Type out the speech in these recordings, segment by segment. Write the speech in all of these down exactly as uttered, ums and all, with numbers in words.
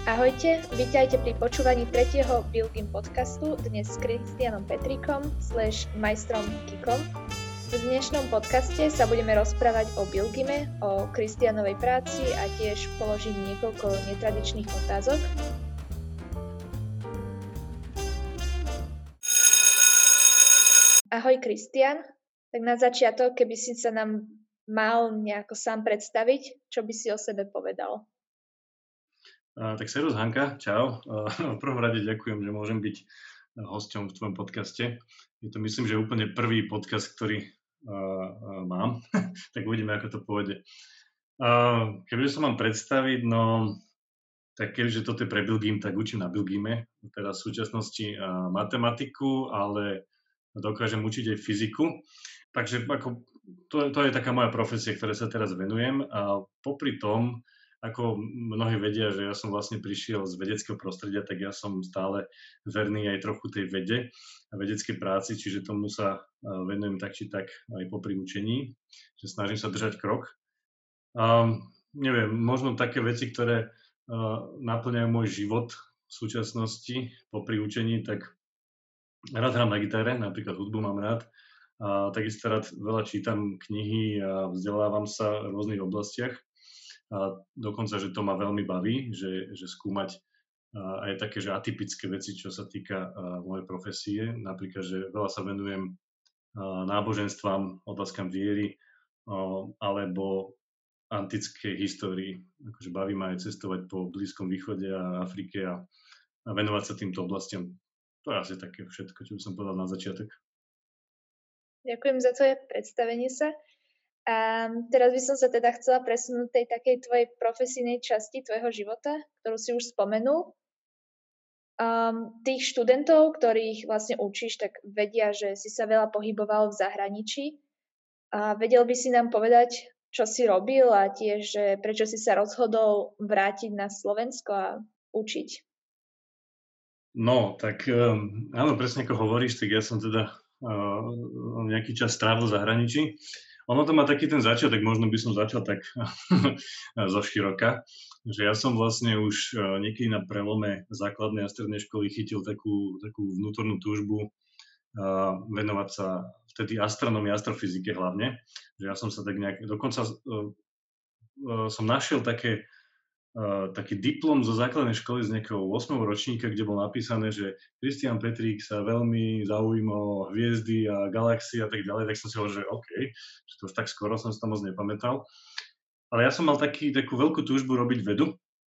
Ahojte, vítajte pri počúvaní tretieho Bilgim podcastu, dnes s Kristianom Petríkom slash majstrom Kikom. V dnešnom podcaste sa budeme rozprávať o Bilgime, o Kristianovej práci a tiež položím niekoľko netradičných otázok. Ahoj Kristian, tak na začiatok, keby si sa nám mal nejako sám predstaviť, čo by si o sebe povedal? Uh, tak servus Hanka, čau. Uh, v prvom rade ďakujem, že môžem byť hosťom v tvojom podcaste. Je to myslím, že úplne prvý podcast, ktorý uh, uh, mám, tak uvidíme, ako to pôjde. Uh, kebyže sa mám predstaviť, no tak keďže toto je pre Bilgim, tak učím na Bilgime, teraz v súčasnosti uh, matematiku, ale dokážem učiť aj fyziku. Takže ako, to, to je taká moja profesia, ktoré sa teraz venujem a popri tom, ako mnohí vedia, že ja som vlastne prišiel z vedeckého prostredia, tak ja som stále verný aj trochu tej vede a vedeckej práci, čiže tomu sa venujem tak či tak aj popri učení, že snažím sa držať krok. Um, neviem, možno také veci, ktoré uh, naplňajú môj život v súčasnosti popri učení, tak rád hrám na gitare, napríklad hudbu mám rád, a takisto rád veľa čítam knihy a vzdelávam sa v rôznych oblastiach. A dokonca, že to ma veľmi baví, že, že skúmať uh, aj také, že atypické veci, čo sa týka uh, mojej profesie. Napríklad, že veľa sa venujem uh, náboženstvám, otázkam viery uh, alebo antickej histórii. Akože baví ma aj cestovať po Blízkom východe a Afrike a, a venovať sa týmto oblastiam. To je asi také všetko, čo by som povedal na začiatok. Ďakujem za tvoje predstavenie sa. A teraz by som sa teda chcela presunúť tej takej tvojej profesijnej časti tvojho života, ktorú si už spomenul. Um, tých študentov, ktorých vlastne učíš, tak vedia, že si sa veľa pohyboval v zahraničí. A vedel by si nám povedať, čo si robil a tiež, že prečo si sa rozhodol vrátiť na Slovensko a učiť? No, tak um, áno, presne ako hovoríš, tak ja som teda uh, nejaký čas strávil v zahraničí. Ono to má taký ten začiatok, možno by som začal tak zo široka, že ja som vlastne už niekedy na prelome základnej a strednej školy chytil takú, takú vnútornú túžbu uh, venovať sa vtedy astronómii, astrofyzike hlavne, že ja som sa tak nejak, dokonca uh, uh, som našiel také Uh, taký diplom zo základnej školy z nejakého ôsmeho ročníka, kde bol napísané, že Kristian Petrík sa veľmi zaujíma o hviezdy a galaxie a tak ďalej, tak som si hovoril, že OK, že to už tak skoro som si to moc nepamätal. Ale ja som mal taký, takú veľkú túžbu robiť vedu,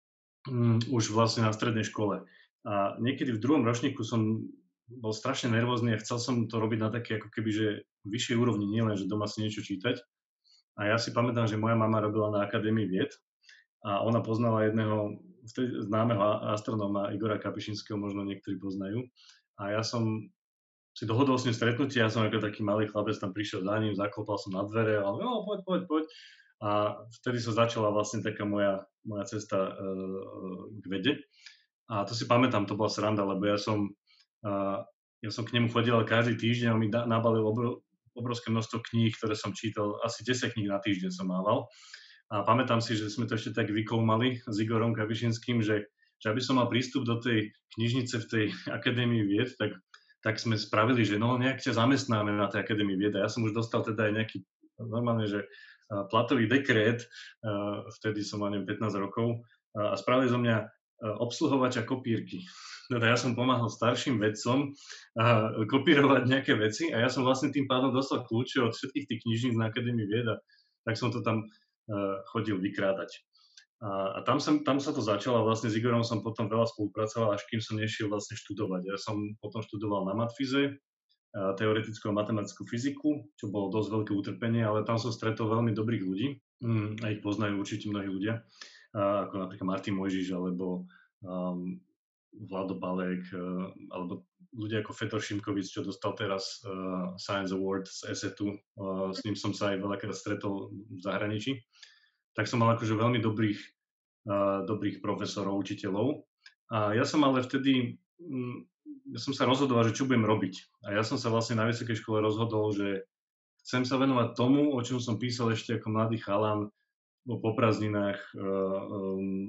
um, už vlastne na strednej škole. A niekedy v druhom ročníku som bol strašne nervózny a chcel som to robiť na také ako keby, že vyššej úrovni, nielen, že doma si niečo čítať. A ja si pamätám, že moja mama robila na Akadémii vied, a ona poznala jedného známeho astronóma Igora Kapišinského, možno niektorí poznajú. A ja som si dohodol s ním stretnutie, ja som ako taký malý chlapec tam prišiel za ním, zaklopal som na dvere a on, no poď, poď, poď. A vtedy sa začala vlastne taká moja, moja cesta uh, k vede. A to si pamätám, to bola sranda, lebo ja som, uh, ja som k nemu chodil každý týždeň, on mi da, nabalil obro, obrovské množstvo kníh, ktoré som čítal, asi desať kníh na týždeň som mával. A pamätám si, že sme to ešte tak vykoumali s Igorom Kapišinským, že, že aby som mal prístup do tej knižnice v tej Akadémii vied, tak, tak sme spravili, že no nejak ťa zamestnáme na tej Akadémii vied. A ja som už dostal teda aj nejaký normálne, že platový dekrét, vtedy som mal neviem pätnásť rokov, a spravili zo mňa obsluhovača kopírky. Teda ja som pomáhal starším vedcom kopírovať nejaké veci a ja som vlastne tým pádom dostal kľúče od všetkých tých knižníc na Akadémii vied a tak som to tam chodil vykrádať. A, a tam, som, tam sa to začalo a vlastne s Igorom som potom veľa spolupracoval, až kým som nešiel vlastne študovať. Ja som potom študoval na matfize, teoretickú a matematickú fyziku, čo bolo dosť veľké utrpenie, ale tam som stretol veľmi dobrých ľudí a ich poznajú určite mnohí ľudia, ako napríklad Martin Mojžiš alebo um, Vlado Balek, uh, alebo ľudia ako Fetor Šimkovič, čo dostal teraz uh, Science Award z ESETu, uh, s ním som sa aj veľakrát stretol v zahraničí, tak som mal akože veľmi dobrých, uh, dobrých profesorov, učiteľov. A ja som ale vtedy, um, ja som sa rozhodoval, že čo budem robiť. A ja som sa vlastne na vysokej škole rozhodol, že chcem sa venovať tomu, o čom som písal ešte ako mladý chalan po prázdninách, uh, um,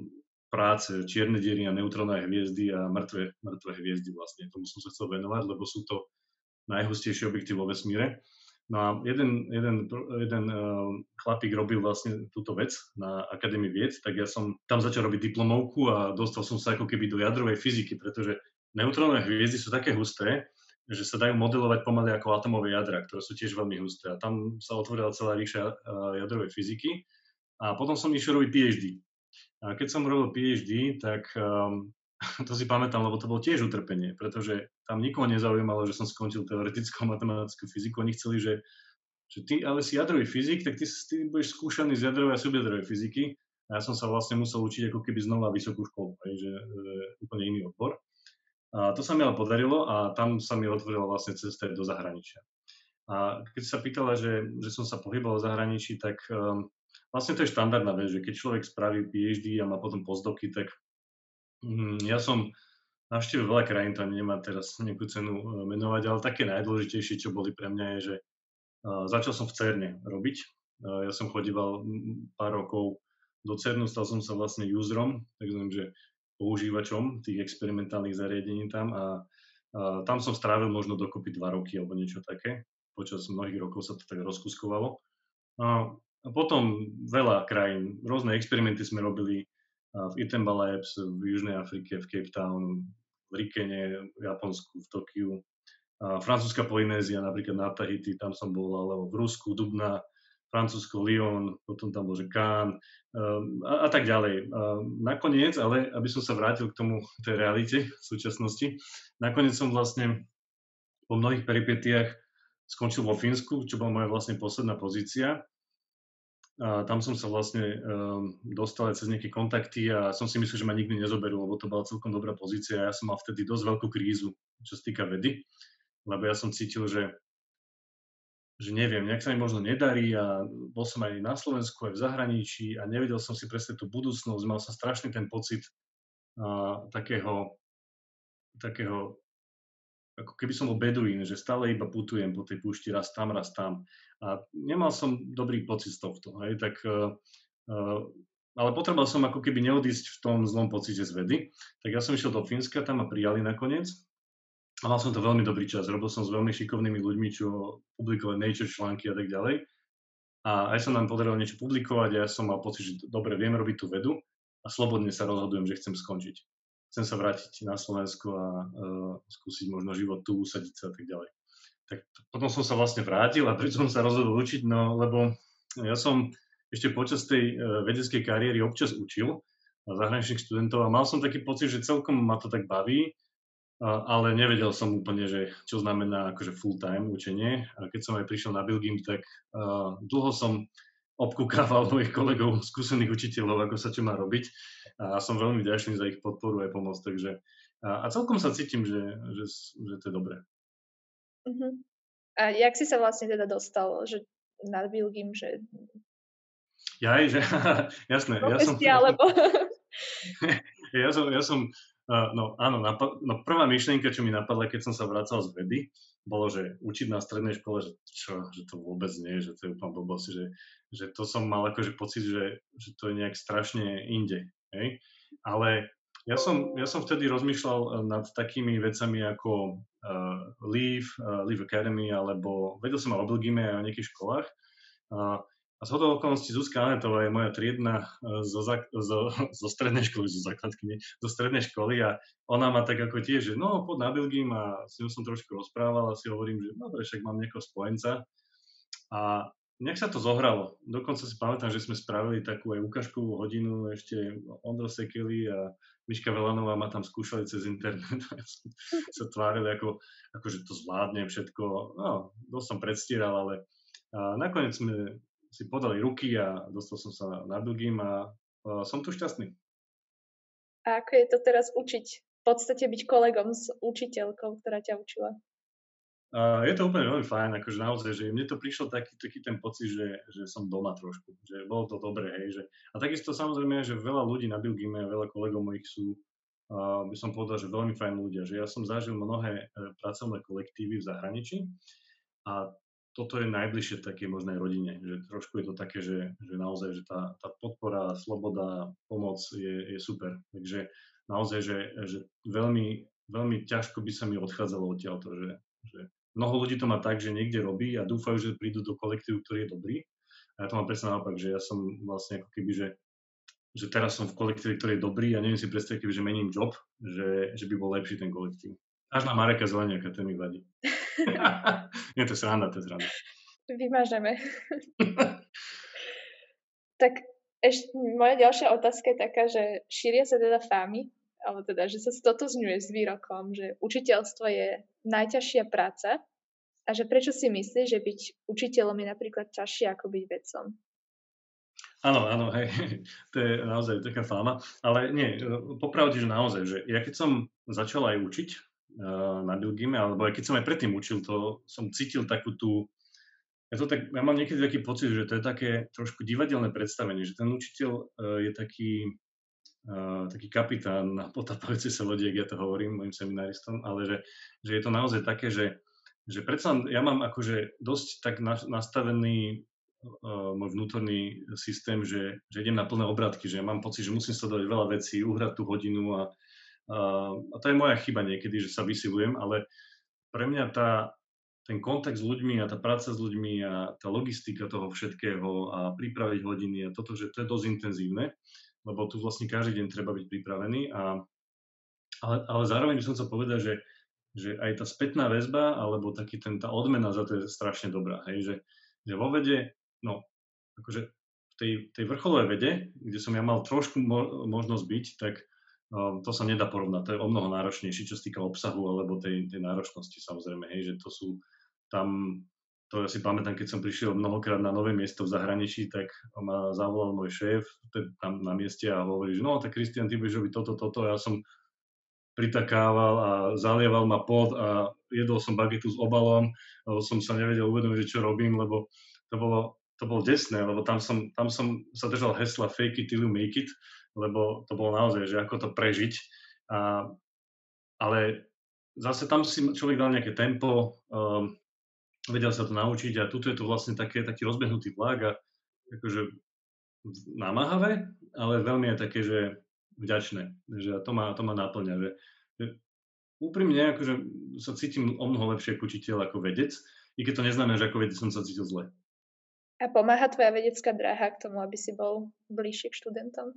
práce, čierne diery a neutrónové hviezdy a mŕtve, mŕtve hviezdy vlastne. Tomu som sa chcel venovať, lebo sú to najhustejšie objekty vo vesmíre. No a jeden, jeden, jeden uh, chlapík robil vlastne túto vec na Akadémii vied, tak ja som tam začal robiť diplomovku a dostal som sa ako keby do jadrovej fyziky, pretože neutrónové hviezdy sú také husté, že sa dajú modelovať pomaly ako atomové jadra, ktoré sú tiež veľmi husté. A tam sa otvorila celá ríša uh, jadrovej fyziky. A potom som išiel robiť PhD. A keď som robil PhD, tak um, to si pamätám, lebo to bolo tiež utrpenie, pretože tam nikoho nezaujímalo, že som skončil teoretickou matematickú fyziku. Oni chceli, že, že ty ale si jadrový fyzik, tak ty, ty budeš skúšaný z jadrovej a subjadrovej fyziky. A ja som sa vlastne musel učiť ako keby znova vysokú školu, že, že úplne iný odbor. A to sa mi ale podarilo a tam sa mi otvorila vlastne cesta do zahraničia. A keď sa pýtala, že, že som sa pohyboval v zahraničí, tak um, vlastne to je štandardná vec, že keď človek spraví PhD a má potom postdoky, tak mm, ja som navštívil veľa krajín, to nemá teraz nejakú cenu menovať, ale také najdôležitejšie, čo boli pre mňa, je, že uh, začal som v Cerne robiť. Uh, ja som chodíval pár rokov do Cernu, stal som sa vlastne userom, takže používačom tých experimentálnych zariadení tam a uh, tam som strávil možno dokopy dva roky alebo niečo také. Počas mnohých rokov sa to tak rozkuskovalo. Uh, A potom veľa krajín, rôzne experimenty sme robili v Itemba Labs, v Južnej Afrike, v Cape Town, v Rikene, v Japonsku, v Tokiu. A francúzska Polynézia, napríklad na Tahiti, tam som bol, alebo v Rusku, Dubna, Francúzsko, Lyon, potom tam bol, že Cannes a, a tak ďalej. A nakoniec, ale aby som sa vrátil k tomu, tej realite v súčasnosti, nakoniec som vlastne po mnohých peripetiách skončil vo Fínsku, čo bola moja vlastne posledná pozícia. A tam som sa vlastne um, dostal aj cez nejaké kontakty a som si myslel, že ma nikdy nezoberú, lebo to bola celkom dobrá pozícia. Ja som mal vtedy dosť veľkú krízu, čo sa týka vedy, lebo ja som cítil, že, že neviem, nejak sa mi možno nedarí a bol som aj na Slovensku, aj v zahraničí a nevedel som si presne tú budúcnosť. Mal som strašný ten pocit uh, takého, takého ako keby som bol beduín, že stále iba putujem po tej púšti, raz tam, raz tam. A nemal som dobrý pocit z tohto. Hej, tak, uh, uh, ale potreboval som ako keby neodísť v tom zlom pocite z vedy. Tak ja som išiel do Fínska, tam ma prijali nakoniec. A mal som to veľmi dobrý čas. Robil som s veľmi šikovnými ľuďmi, čo publikovali Nature články a tak ďalej. A aj sa nám podarilo niečo publikovať a ja som mal pocit, že dobre, viem robiť tú vedu a slobodne sa rozhodujem, že chcem skončiť. Chcem sa vrátiť na Slovensko a uh, skúsiť možno život tu, usadiť sa a tak ďalej. Tak potom som sa vlastne vrátil a prečo som sa rozhodol učiť, no lebo ja som ešte počas tej uh, vedeckej kariéry občas učil zahraničných študentov a mal som taký pocit, že celkom ma to tak baví, uh, ale nevedel som úplne, že čo znamená akože full-time učenie. A keď som aj prišiel na Bilgim, tak uh, dlho som obkúkával mojich kolegov, skúsených učiteľov, ako sa čo má robiť. A som veľmi vďačný za ich podporu a pomoc. Takže, a, a celkom sa cítim, že, že, že to je dobré. Uh-huh. A jak si sa vlastne teda dostal, že na Bilgim, že... Ja, že, jasné. Ja som, alebo... ja som, ja som uh, no áno, napad, no prvá myšlienka, čo mi napadla, keď som sa vracal z vedy, bolo, že učiť na strednej škole, že čo, že to vôbec nie, že to je úplne blbosť, že, že to som mal akože pocit, že, že to je nejak strašne inde, hej? Ale ja som, ja som vtedy rozmýšľal nad takými vecami ako uh, Leaf, uh, Leaf Academy, alebo vedel som o Bilgime aj o nejakých školách. Uh, a z hodou okolností Zuzka Anetová je moja triedna uh, zo, zo, zo strednej školy, zo základky, nie, zo strednej školy a ona ma tak ako tiež, že no, poď na Bilgim a s ňou som trošku rozprával a si hovorím, že dobre, však mám nejakého spojenca. A nejak sa to zohralo. Dokonca si pamätám, že sme spravili takú aj ukážkovú hodinu, ešte Ondro Sekeli a Miška Velanová ma tam skúšali cez internet. sa tvárili, ako, ako, že to zvládne všetko. No, dosť som predstieral, ale a nakoniec sme si podali ruky a dostal som sa na Bilgim a, a som tu šťastný. A ako je to teraz učiť? V podstate byť kolegom s učiteľkou, ktorá ťa učila? Uh, je to úplne veľmi fajn, akože naozaj, že mne to prišlo taký, taký ten pocit, že, že som doma trošku, že bolo to dobré, hej, že a takisto samozrejme, že veľa ľudí na Bilgime a veľa kolegov mojich sú, uh, by som povedal, že veľmi fajn ľudia, že ja som zažil mnohé uh, pracovné kolektívy v zahraničí a toto je najbližšie takej možnej rodine, že trošku je to také, že, že naozaj, že tá, tá podpora, sloboda, pomoc je, je super. Takže naozaj, že, že veľmi, veľmi ťažko by sa mi odchádzalo odtiaľto, že, že mnoho ľudí to má tak, že niekde robí a dúfajú, že prídu do kolektívu, ktorý je dobrý. A ja to mám presne naopak, že ja som vlastne ako keby, že, že teraz som v kolektíve, ktorý je dobrý a neviem si predstaviť, keby, že mením job, že, že by bol lepší ten kolektív. Až na Mareka Zeleniaka, ten mi vadí. Nie, to je sranda, to je sranda. Vymažeme. Tak ešte moja ďalšia otázka je taká, že šíria sa teda fámy, alebo teda, že sa stotožňuje s výrokom, že učiteľstvo je najťažšia práca a že prečo si myslíš, že byť učiteľom je napríklad ťažšie ako byť vedcom? Áno, áno, hej, to je naozaj taká fáma, ale nie, popravde, že naozaj, že ja keď som začal aj učiť uh, na Bilgime, alebo aj keď som aj predtým učil, to som cítil takú tú, ja, to tak, ja mám niekedy taký pocit, že to je také trošku divadelné predstavenie, že ten učiteľ uh, je taký, uh, taký kapitán na potápajúcej sa lodi, jak ja to hovorím mojim seminaristom, ale že, že je to naozaj také, že, že predsa ja mám akože dosť tak nastavený uh, môj vnútorný systém, že, že idem na plné obratky, že ja mám pocit, že musím sledovať veľa vecí, uhrať tú hodinu a, uh, a to je moja chyba niekedy, že sa vysilujem, ale pre mňa tá, ten kontakt s ľuďmi a tá práca s ľuďmi a tá logistika toho všetkého a pripraviť hodiny a toto, že to je dosť intenzívne, lebo tu vlastne každý deň treba byť pripravený. A, ale, ale zároveň by som chcel povedať, že, že aj tá spätná väzba alebo taký ten, tá odmena za to je strašne dobrá. Hej? Že, že vo vede, no akože v tej, tej vrcholovej vede, kde som ja mal trošku mo- možnosť byť, tak Um, to sa nedá porovnať, to je o mnoho náročnejšie, čo sa týka obsahu alebo tej, tej náročnosti samozrejme, hej, že to sú tam, to ja si pamätám, keď som prišiel mnohokrát na nové miesto v zahraničí, tak ma zavolal môj šéf tam na mieste a hovorí, že no, tak Kristian, ty budeš robiť toto, toto, ja som pritakával a zalieval ma pot a jedol som bagetu s obalom, lebo som sa nevedel uvedomiť, že čo robím, lebo to bolo, to bolo desné, lebo tam som, tam som sa držal hesla fake it till you make it, lebo to bolo naozaj, že ako to prežiť. A, ale zase tam si človek dal nejaké tempo, um, vedel sa to naučiť a tuto je to vlastne také, taký rozbehnutý vlak a akože namáhavé, ale veľmi je také, že vďačné, že to ma, to ma náplňa, že, že úprimne akože sa cítim o mnoho lepšie ako učiteľ, ako vedec, i keď to neznamená, že ako vedec som sa cítil zle. A pomáha tvoja vedecká dráha k tomu, aby si bol bližšie k študentom?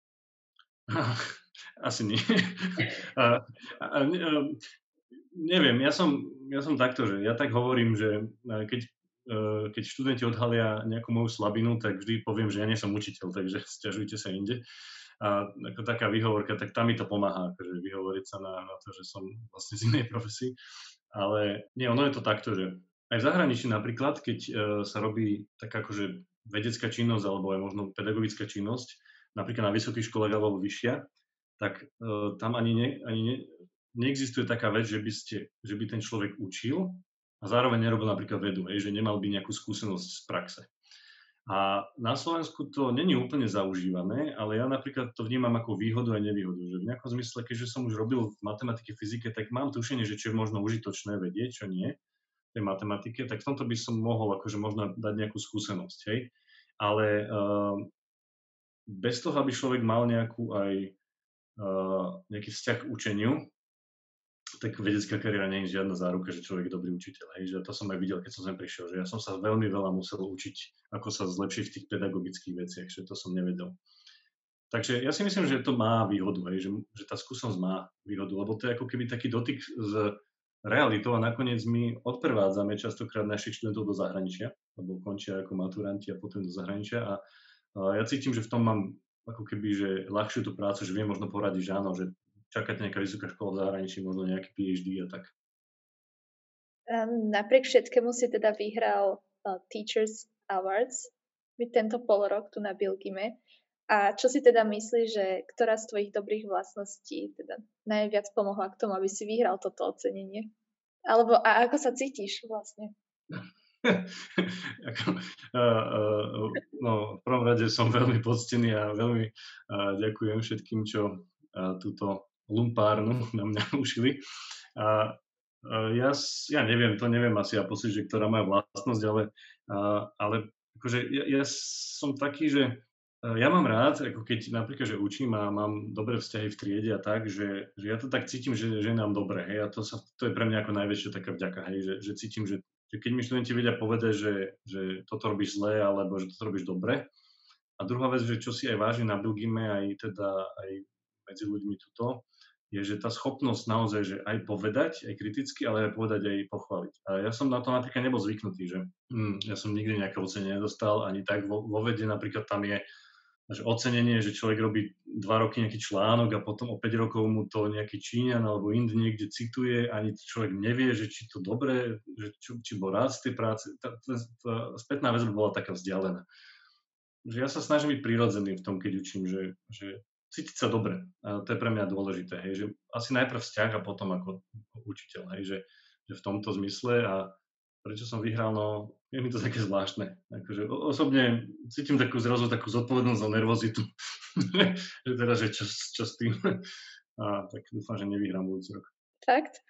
Asi nie. a, a, a, neviem, ja som, ja som takto, že ja tak hovorím, že keď, keď študenti odhalia nejakú moju slabinu, tak vždy poviem, že ja nie som učiteľ, takže sťažujte sa inde. A ako taká výhovorka, tak tam mi to pomáha, akože vyhovoriť sa na, na to, že som vlastne z inej profesii. Ale nie, ono je to takto, že aj v zahraničí napríklad, keď uh, sa robí taká akože vedecká činnosť alebo aj možno pedagogická činnosť, napríklad na vysokých školách alebo vyššia, tak uh, tam ani, ne, ani ne, neexistuje taká vec, že by, ste, že by ten človek učil a zároveň nerobil napríklad vedu, hej, že nemal by nejakú skúsenosť z praxe. A na Slovensku to není úplne zaužívané, ale ja napríklad to vnímam ako výhodu a nevýhodu, že v nejakom zmysle, keďže som už robil v matematike, fyzike, tak mám tušenie, že čo je možno užitočné vedieť, čo nie v tej matematike, tak v tomto by som mohol akože možno dať nejakú skúsenosť, hej. Ale uh, bez toho, aby človek mal nejakú aj uh, nejaký vzťah k učeniu, tak vedecká kariéra nie je žiadna záruka, že človek je dobrý učiteľ. Hej. Že to som aj videl, keď som sem prišiel, že ja som sa veľmi veľa musel učiť, ako sa zlepšiť v tých pedagogických veciach, že to som nevedel. Takže ja si myslím, že to má výhodu, hej, že, že tá skúsenosť má výhodu, lebo to je ako keby taký dotyk s realitou a nakoniec my odprevádzame častokrát našich študentov do zahraničia, lebo končia ako maturanti a potom do zahraničia a, a ja cítim, že v tom mám ako keby, že ľahšiu tú prácu, že viem možno poradiť, že áno, že čakať nejaká vysoká škola v zahraničí, možno nejaký PhD a tak. Um, napriek všetkému si teda vyhral uh, Teachers Awards tento pol rok tu na Bilgime. A čo si teda myslíš, že ktorá z tvojich dobrých vlastností teda najviac pomohla k tomu, aby si vyhral toto ocenenie? Alebo a ako sa cítiš vlastne? Ako, uh, uh, no, v prvom rade som veľmi poctený a veľmi uh, ďakujem všetkým, čo uh, túto lumpárnu na mňa ušili. A Uh, ja, ja neviem, to neviem asi ja posúdiť, že ktorá moja vlastnosť, ale, uh, ale akože ja, ja som taký, že uh, ja mám rád, ako keď napríklad, že učím a mám dobré vzťahy v triede a tak, že, že ja to tak cítim, že, že je nám dobre, hej, a to, sa, to je pre mňa ako najväčšia taká vďaka, hej, že, že cítim, že, že keď mi študenti vedia povedať, že, že toto robíš zle, alebo že toto robíš dobre. A druhá vec, že čo si aj vážim na Bilgime, aj teda aj medzi ľuďmi tuto, je, že tá schopnosť naozaj, že aj povedať, aj kriticky, ale aj povedať, aj pochváliť. A ja som na to napríklad nebol zvyknutý, že hm, ja som nikdy nejaké ocenenie nedostal, ani tak vo, vo vede napríklad tam je že ocenenie, že človek robí dva roky nejaký článok a potom o päť rokov mu to nejaký Číňan alebo Ind niekde cituje, ani človek nevie, že či to dobré, že či, či bol rád z tej práce. Tá, tá, tá spätná väzba bola taká vzdialená. Že ja sa snažím byť prirodzený v tom, keď učím, že, že cítiť sa dobre. A to je pre mňa dôležité. Hej, že asi najprv vzťah a potom ako učiteľ. Hej, že, že v tomto zmysle a prečo som vyhral, no je mi to také zvláštne. Akože osobne cítim takú zrazu takú zodpovednosť za nervozitu. Že teda, že čo, čo s tým. A tak dúfam, že nevyhrám budúci rok. Fakt?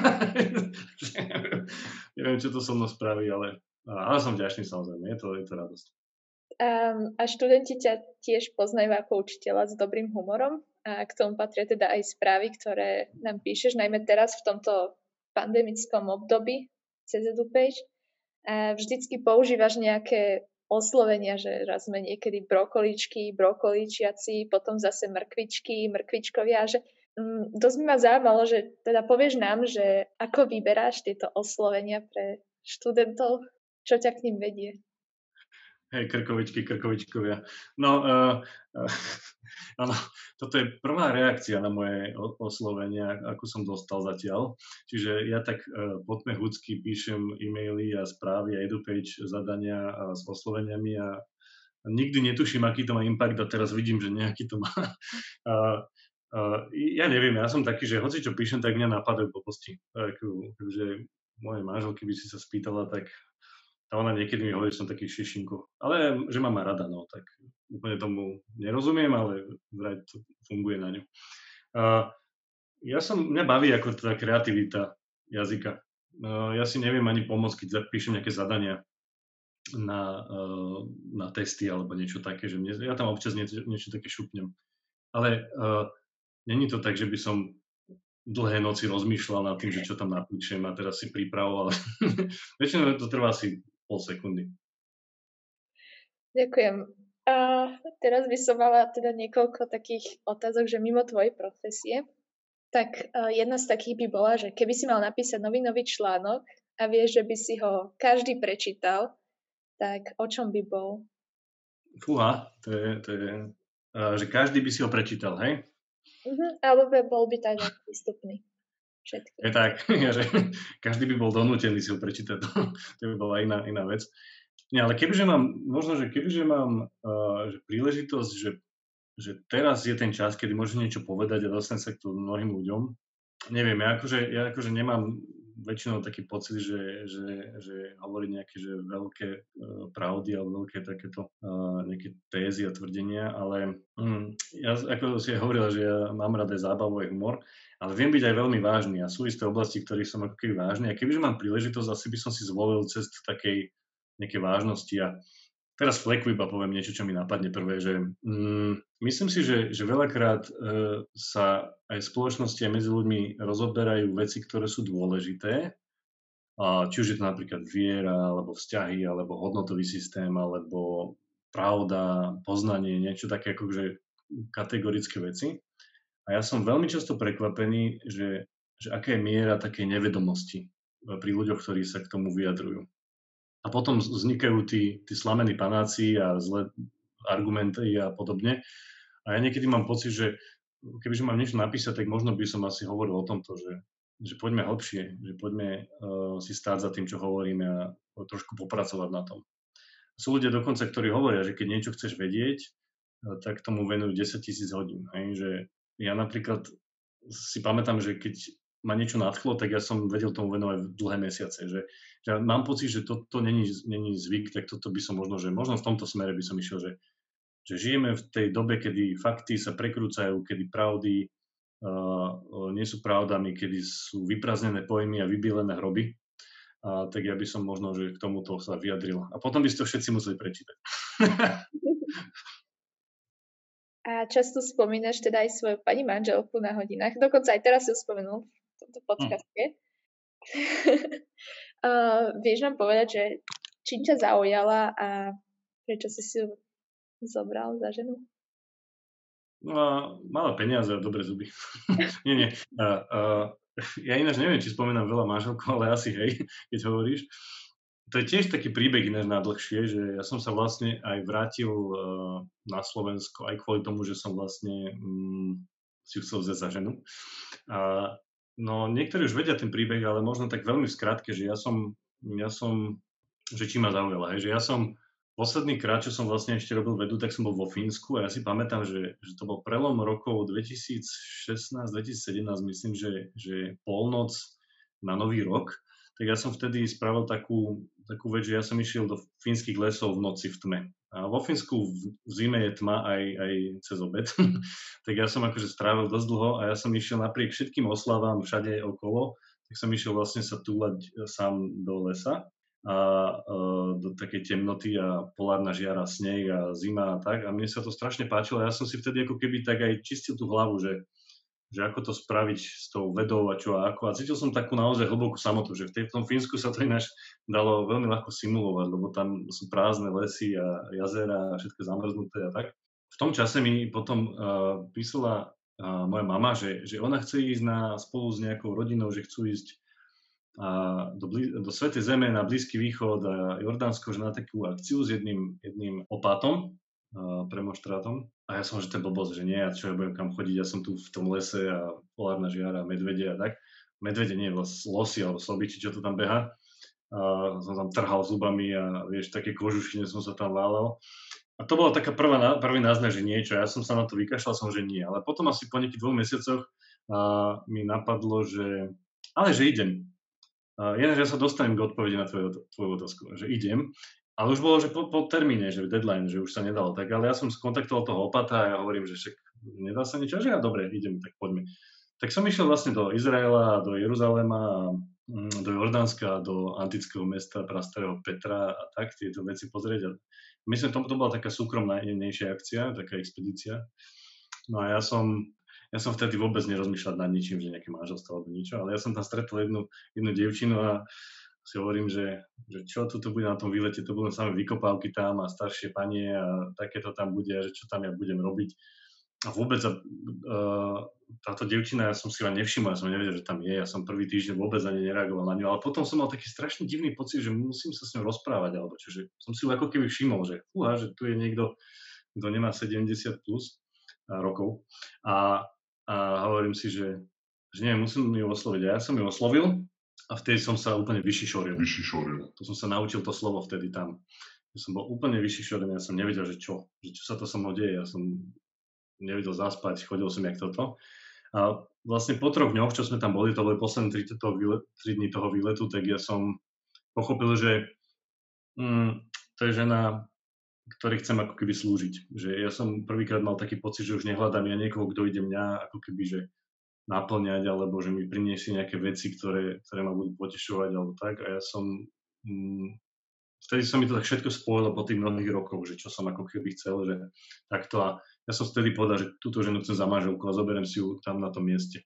Neviem, čo to so mnou spraví, ale, ale som vďačný samozrejme. Je to, je to radosť. Um, a študenti ťa tiež poznajú ako učiteľa s dobrým humorom a k tomu patria teda aj správy, ktoré nám píšeš, najmä teraz v tomto pandemickom období cez EduPage. A vždycky používaš nejaké oslovenia, že raz sme niekedy brokoličky, brokoličiaci, potom zase mrkvičky, mrkvičkovia, že um, dosť by ma zaujímalo, že teda povieš nám, že ako vyberáš tieto oslovenia pre študentov, čo ťa k ním vedie. Hej, krkovičky, krkovičkovia. No, uh, uh, áno, toto je prvá reakcia na moje oslovenia, akú som dostal zatiaľ. Čiže ja tak uh, potmehúcky píšem e-maily a správy a EduPage zadania a s osloveniami a nikdy netuším, aký to má impact a teraz vidím, že nejaký to má. Uh, uh, ja neviem, ja som taký, že hoci čo píšem, tak mňa napadajú blbosti. Takže moje manželky by si sa spýtala, tak a ona niekedy mi hovorí, že som taký šišinko. Ale že má ma rada, no, tak úplne tomu nerozumiem, ale vraj to funguje na ňu. Uh, ja som, mňa baví ako tá kreativita jazyka. Uh, ja si neviem ani pomôcť, keď píšem nejaké zadania na, uh, na testy alebo niečo také, že mne, ja tam občas niečo, niečo také šupnem. Ale uh, není to tak, že by som dlhé noci rozmýšľal nad tým, že čo tam napíšem a teraz si pripravoval. Väčšinou to trvá asi pol sekundy. Ďakujem. A teraz by som mala teda niekoľko takých otázok, že mimo tvojej profesie. Tak uh, jedna z takých by bola, že keby si mal napísať novinový článok a vieš, že by si ho každý prečítal, tak o čom by bol? Fúha, to je, to je uh, že každý by si ho prečítal, hej? Uh-huh, alebo bol by tak prístupný. Všetky. Je tak, že každý by bol donútený si ho prečítať, to, to by bola iná, iná vec. Nie, ale kebyže mám, možno, že kebyže mám uh, že príležitosť, že, že teraz je ten čas, kedy môžem niečo povedať a dostane sa k tomu mnohým ľuďom, neviem, ja akože, ja akože nemám väčšinou taký pocit, že, že, že hovorí nejaké že veľké uh, pravdy alebo veľké takéto uh, nejaké tézy a tvrdenia, ale um, ja ako si aj hovorila, že ja mám rád aj zábavu, aj humor, ale viem byť aj veľmi vážny a sú isté oblasti, v ktorých som ako keby vážny a kebyže mám príležitosť, asi by som si zvolil cestu takej nejakej vážnosti a teraz fleku iba poviem niečo, čo mi napadne prvé, že mm, myslím si, že, že veľakrát e, sa aj v spoločnosti aj medzi ľuďmi rozoberajú veci, ktoré sú dôležité, a či už je to napríklad viera, alebo vzťahy, alebo hodnotový systém, alebo pravda, poznanie, niečo také akože kategorické veci. A ja som veľmi často prekvapený, že, že aká je miera takej nevedomosti pri ľuďoch, ktorí sa k tomu vyjadrujú. A potom vznikajú tí, tí slamení panáci a zlé argumenty a podobne. A ja niekedy mám pocit, že kebyže mám niečo napísať, tak možno by som asi hovoril o tomto, že, že poďme hlbšie, že poďme uh, si stáť za tým, čo hovoríme a trošku popracovať na tom. Sú ľudia dokonca, ktorí hovoria, že keď niečo chceš vedieť, uh, tak tomu venujú desaťtisíc hodín. Hej? Že ja napríklad si pamätám, že keď ma niečo nadchlo, tak ja som vedel tomu venovať dlhé mesiace. Že, že mám pocit, že toto není, není zvyk, tak toto by som možno, že možno v tomto smere by som išiel, že, že žijeme v tej dobe, kedy fakty sa prekrúcajú, kedy pravdy uh, nie sú pravdami, kedy sú vyprázdnené pojmy a vybielené hroby. A tak ja by som možno, že k tomuto sa vyjadril. A potom by ste to všetci museli prečítať. A často spomínaš teda aj svoju pani manželku na hodinách. Dokonca aj teraz si ju spomenul v tomto podcaste. Mm. uh, vieš nám povedať, že čím ťa zaujala a prečo si si ju zobral za ženu? No a mala peniaze a dobré zuby. nie, nie. Uh, uh, ja ináč neviem, či spomínam veľa manželku, ale asi hej, keď hovoríš. To je tiež taký príbeh ináč na dlhšie, že ja som sa vlastne aj vrátil uh, na Slovensko aj kvôli tomu, že som vlastne um, si ju chcel vziať za ženu. Uh, no niektorí už vedia ten príbeh, ale možno tak veľmi v skratke, že ja som, ja som, že či ma zaujala, hej, že ja som posledný krát, čo som vlastne ešte robil vedu, tak som bol vo Fínsku a ja si pamätám, že, že to bol prelom rokov dvetisícšestnásť dvetisícsedemnásť, myslím, že, že polnoc na Nový rok. Tak ja som vtedy spravil takú, takú vec, že ja som išiel do fínskych lesov v noci v tme. A vo Fínsku v, v zime je tma aj, aj cez obed. Tak ja som akože strávil dosť dlho a ja som išiel napriek všetkým oslavám všade okolo, tak som išiel vlastne sa túlať sám do lesa a uh, do takej temnoty a polárna žiara, sneh a zima a tak. A mne sa to strašne páčilo. Ja som si vtedy ako keby tak aj čistil tú hlavu, že že ako to spraviť s tou vedou a čo a ako. A cítil som takú naozaj hlbokú samotu, že v, tej, v tom Fínsku sa to ináč dalo veľmi ľahko simulovať, lebo tam sú prázdne lesy a jazera a všetko zamrznuté a tak. V tom čase mi potom uh, písala uh, moja mama, že, že ona chce ísť na, spolu s nejakou rodinou, že chcú ísť uh, do, blí, do Svätej Zeme na Blízky východ a Jordánsko, že na takú akciu s jedným, jedným opátom, Uh, premonštrátom. A ja som, že to je blbosť, že nie, a čo ja budem kam chodiť, ja som tu v tom lese a polárna žiara, medvede a tak. Medvede nie, losy alebo sobiči, čo to tam beha. Uh, som tam trhal zubami a vieš, také kožušine som sa tam válal. A to bola taká prvá, prvý náznak, že niečo. Ja som sa na to vykašľal, som, že nie. Ale potom asi po nejakých dvoch mesiacoch uh, mi napadlo, že ale že idem. Uh, Jedenže ja sa dostanem k odpovedi na tvoju, tvoju otázku, že idem. Ale už bolo, že po, po termíne, že deadline, že už sa nedalo tak, ale ja som skontaktoval toho opata a ja hovorím, že však nedá sa nič, že ja dobre, idem, tak poďme. Tak som išiel vlastne do Izraela, do Jeruzalema, do Jordánska, do antického mesta prastarého Petra a tak tieto veci pozrieť. A myslím, to, to bola taká súkromnejšia akcia, taká expedícia. No a ja som, ja som vtedy vôbec nerozmýšľal nad ničím, že nejaké manželstvo alebo niečo, ale ja som tam stretol jednu, jednu dievčinu a si hovorím, že, že čo tu bude na tom výlete, to budú samé vykopávky tam a staršie panie a takéto tam bude, že čo tam ja budem robiť. A vôbec uh, táto dievčina, ja som si len nevšimol, ja som nevedel, že tam je, ja som prvý týždeň vôbec ani nereagoval na ňu, ale potom som mal taký strašne divný pocit, že musím sa s ňou rozprávať, alebo čo, že som si ju ako keby všimol, že fúha, že tu je niekto, kto nemá sedemdesiat plus rokov a, a hovorím si, že, že nie, musím ju osloviť. A ja som ju oslovil. A vtedy som sa úplne vyšišoril. Vyšišoril. To som sa naučil to slovo vtedy tam. Ja som bol úplne vyšišorený, ja som nevedel, že čo. Že čo sa to so mnou deje. Ja som nevedel zaspať, chodil som jak toto. A vlastne po troch dňoch, čo sme tam boli, to boli posledné tri, tri dní toho výletu, tak ja som pochopil, že mm, to je žena, ktorej chcem ako keby slúžiť. Že ja som prvýkrát mal taký pocit, že už nehľadám ja niekoho, kto ide mňa ako keby, že naplňať, alebo že mi priniesie nejaké veci, ktoré, ktoré ma budú potešovať, alebo tak. A ja som... Mm, vtedy sa mi to tak všetko spojilo po tých mnohých rokoch, že čo som ako keby chcel, že takto. A ja som vtedy povedal, že túto ženu chcem za manželku a zoberiem si ju tam na tom mieste.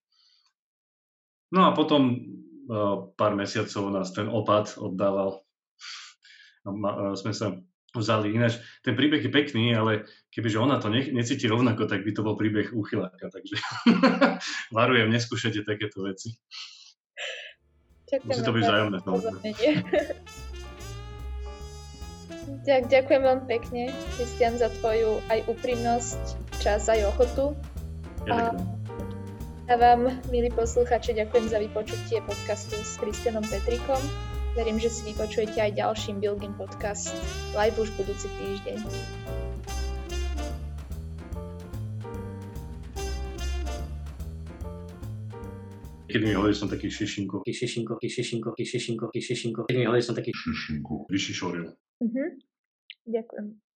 No a potom uh, pár mesiacov nás ten opad oddával. A ma, uh, sme sa vzali. Ináč, ten príbeh je pekný, ale kebyže ona to ne, necíti rovnako, tak by to bol príbeh úchyláka. Takže varujem, neskúšajte takéto veci. Ďakujem. Musí to byť vzájomné. Tak, ďakujem veľmi pekne, Kristián, za tvoju aj úprimnosť, čas aj ochotu. Ja ďakujem. A vám, milí posluchači, ďakujem za vypočutie podcastu s Kristianom Petrikom. Verím, že si vypočujete aj ďalší Building podcast live už budúci týždeň. Keď mi hovorí, som taký šišinko. Šišinko, šišinko, šišinko, šišinko. Keď mi hovorí, som taký šišinko. Vyšišoril. Mhm. Ďakujem.